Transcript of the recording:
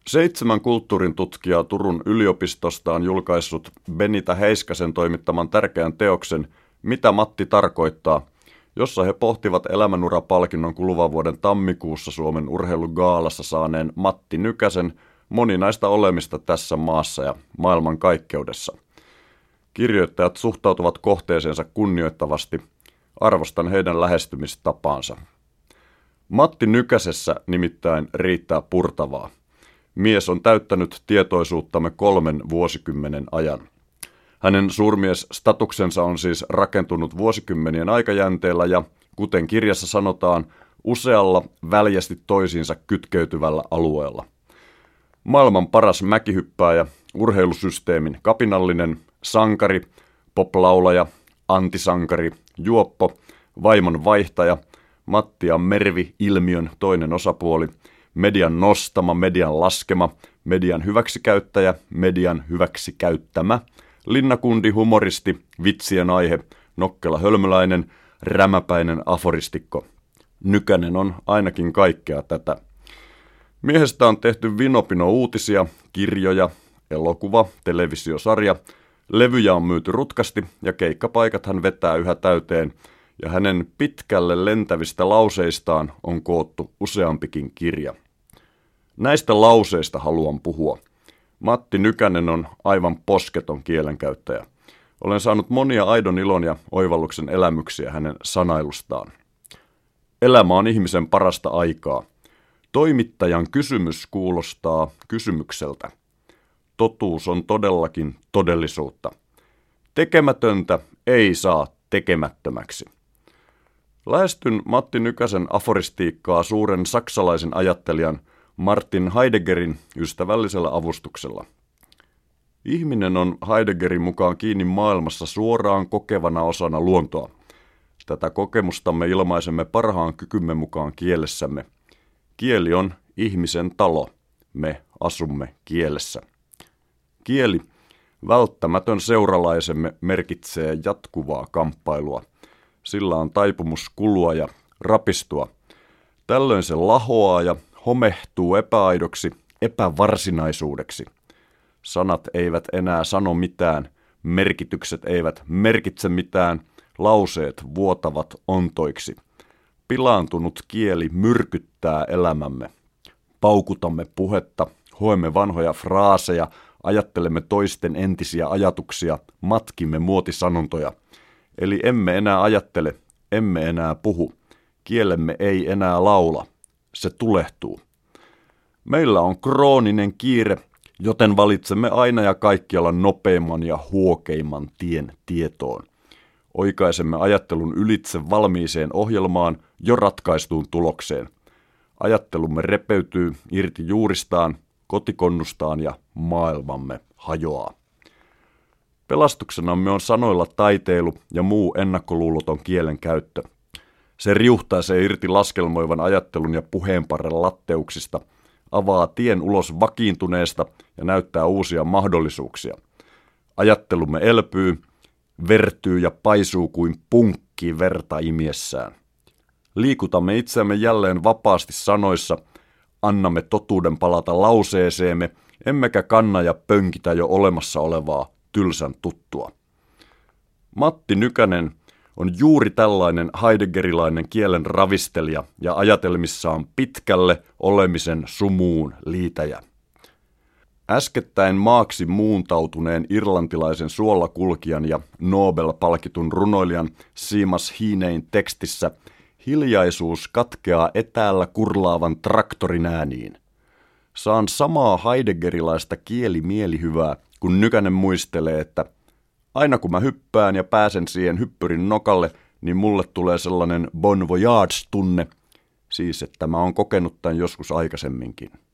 7 kulttuurin tutkijaa Turun yliopistosta on julkaissut Benita Heiskasen toimittaman tärkeän teoksen Mitä Matti tarkoittaa, jossa he pohtivat elämänurapalkinnon kuluvan vuoden tammikuussa Suomen urheilugaalassa saaneen Matti Nykäsen moninaista olemista tässä maassa ja maailmankaikkeudessa. Kirjoittajat suhtautuvat kohteeseensa kunnioittavasti. Arvostan heidän lähestymistapaansa. Matti Nykäsessä nimittäin riittää purtavaa. Mies on täyttänyt tietoisuuttamme 3 vuosikymmenen ajan. Hänen suurmiesstatuksensa on siis rakentunut vuosikymmenien aikajänteellä ja, kuten kirjassa sanotaan, usealla väljästi toisiinsa kytkeytyvällä alueella. Maailman paras mäkihyppääjä, urheilusysteemin kapinallinen, sankari, poplaulaja, antisankari, juoppo, vaimon vaihtaja, Mattia Mervi-ilmiön toinen osapuoli, median nostama, median laskema, median hyväksikäyttäjä, median hyväksikäyttämä, linnakundi, humoristi, vitsien aihe, nokkela hölmöläinen, rämäpäinen aforistikko. Nykänen on ainakin kaikkea tätä. Miehestä on tehty vinopino-uutisia, kirjoja, elokuva, televisiosarja, levyjä on myyty rutkasti ja keikkapaikat hän vetää yhä täyteen, ja hänen pitkälle lentävistä lauseistaan on koottu useampikin kirja. Näistä lauseista haluan puhua. Matti Nykänen on aivan posketon kielenkäyttäjä. Olen saanut monia aidon ilon ja oivalluksen elämyksiä hänen sanailustaan. Elämä on ihmisen parasta aikaa. Toimittajan kysymys kuulostaa kysymykseltä. Totuus on todellakin todellisuutta. Tekemätöntä ei saa tekemättömäksi. Lähestyn Matti Nykäsen aforistiikkaa suuren saksalaisen ajattelijan Martin Heideggerin ystävällisellä avustuksella. Ihminen on Heideggerin mukaan kiinni maailmassa suoraan kokevana osana luontoa. Tätä kokemustamme ilmaisemme parhaan kykymme mukaan kielessämme. Kieli on ihmisen talo. Me asumme kielessä. Kieli, välttämätön seuralaisemme, merkitsee jatkuvaa kamppailua. Sillä on taipumus kulua ja rapistua. Tällöin se lahoaa ja homehtuu epäaidoksi, epävarsinaisuudeksi. Sanat eivät enää sano mitään, merkitykset eivät merkitse mitään, lauseet vuotavat ontoiksi. Pilaantunut kieli myrkyttää elämämme. Paukutamme puhetta, hoemme vanhoja fraaseja, ajattelemme toisten entisiä ajatuksia, matkimme muotisanontoja. Eli emme enää ajattele, emme enää puhu. Kielemme ei enää laula. Se tulehtuu. Meillä on krooninen kiire, joten valitsemme aina ja kaikkialla nopeimman ja huokeimman tien tietoon. Oikaisemme ajattelun ylitse valmiiseen ohjelmaan jo ratkaistuun tulokseen. Ajattelumme repeytyy irti juuristaan, kotikonnustaan ja maailmamme hajoaa. Pelastuksenamme on sanoilla taiteilu ja muu ennakkoluuloton kielen käyttö. Se riuhtaisee irti laskelmoivan ajattelun ja puheenparren latteuksista, avaa tien ulos vakiintuneesta ja näyttää uusia mahdollisuuksia. Ajattelumme elpyy, vertyy ja paisuu kuin punkki verta imiessään. Liikutamme itseämme jälleen vapaasti sanoissa, annamme totuuden palata lauseeseemme, emmekä kanna ja pönkitä jo olemassa olevaa tylsän tuttua. Matti Nykänen on juuri tällainen heideggerilainen kielen ravistelija ja ajatelmissaan pitkälle olemisen sumuun liitäjä. Äskettäin maaksi muuntautuneen irlantilaisen suollakulkijan ja Nobel-palkitun runoilijan Seamus Heeneyn tekstissä hiljaisuus katkeaa etäällä kurlaavan traktorin ääniin. Saan samaa heideggerilaista kielimielihyvää, kun Nykänen muistelee, että aina kun mä hyppään ja pääsen siihen hyppyrin nokalle, niin mulle tulee sellainen bon voyage-tunne, siis että mä oon kokenut tämän joskus aikaisemminkin.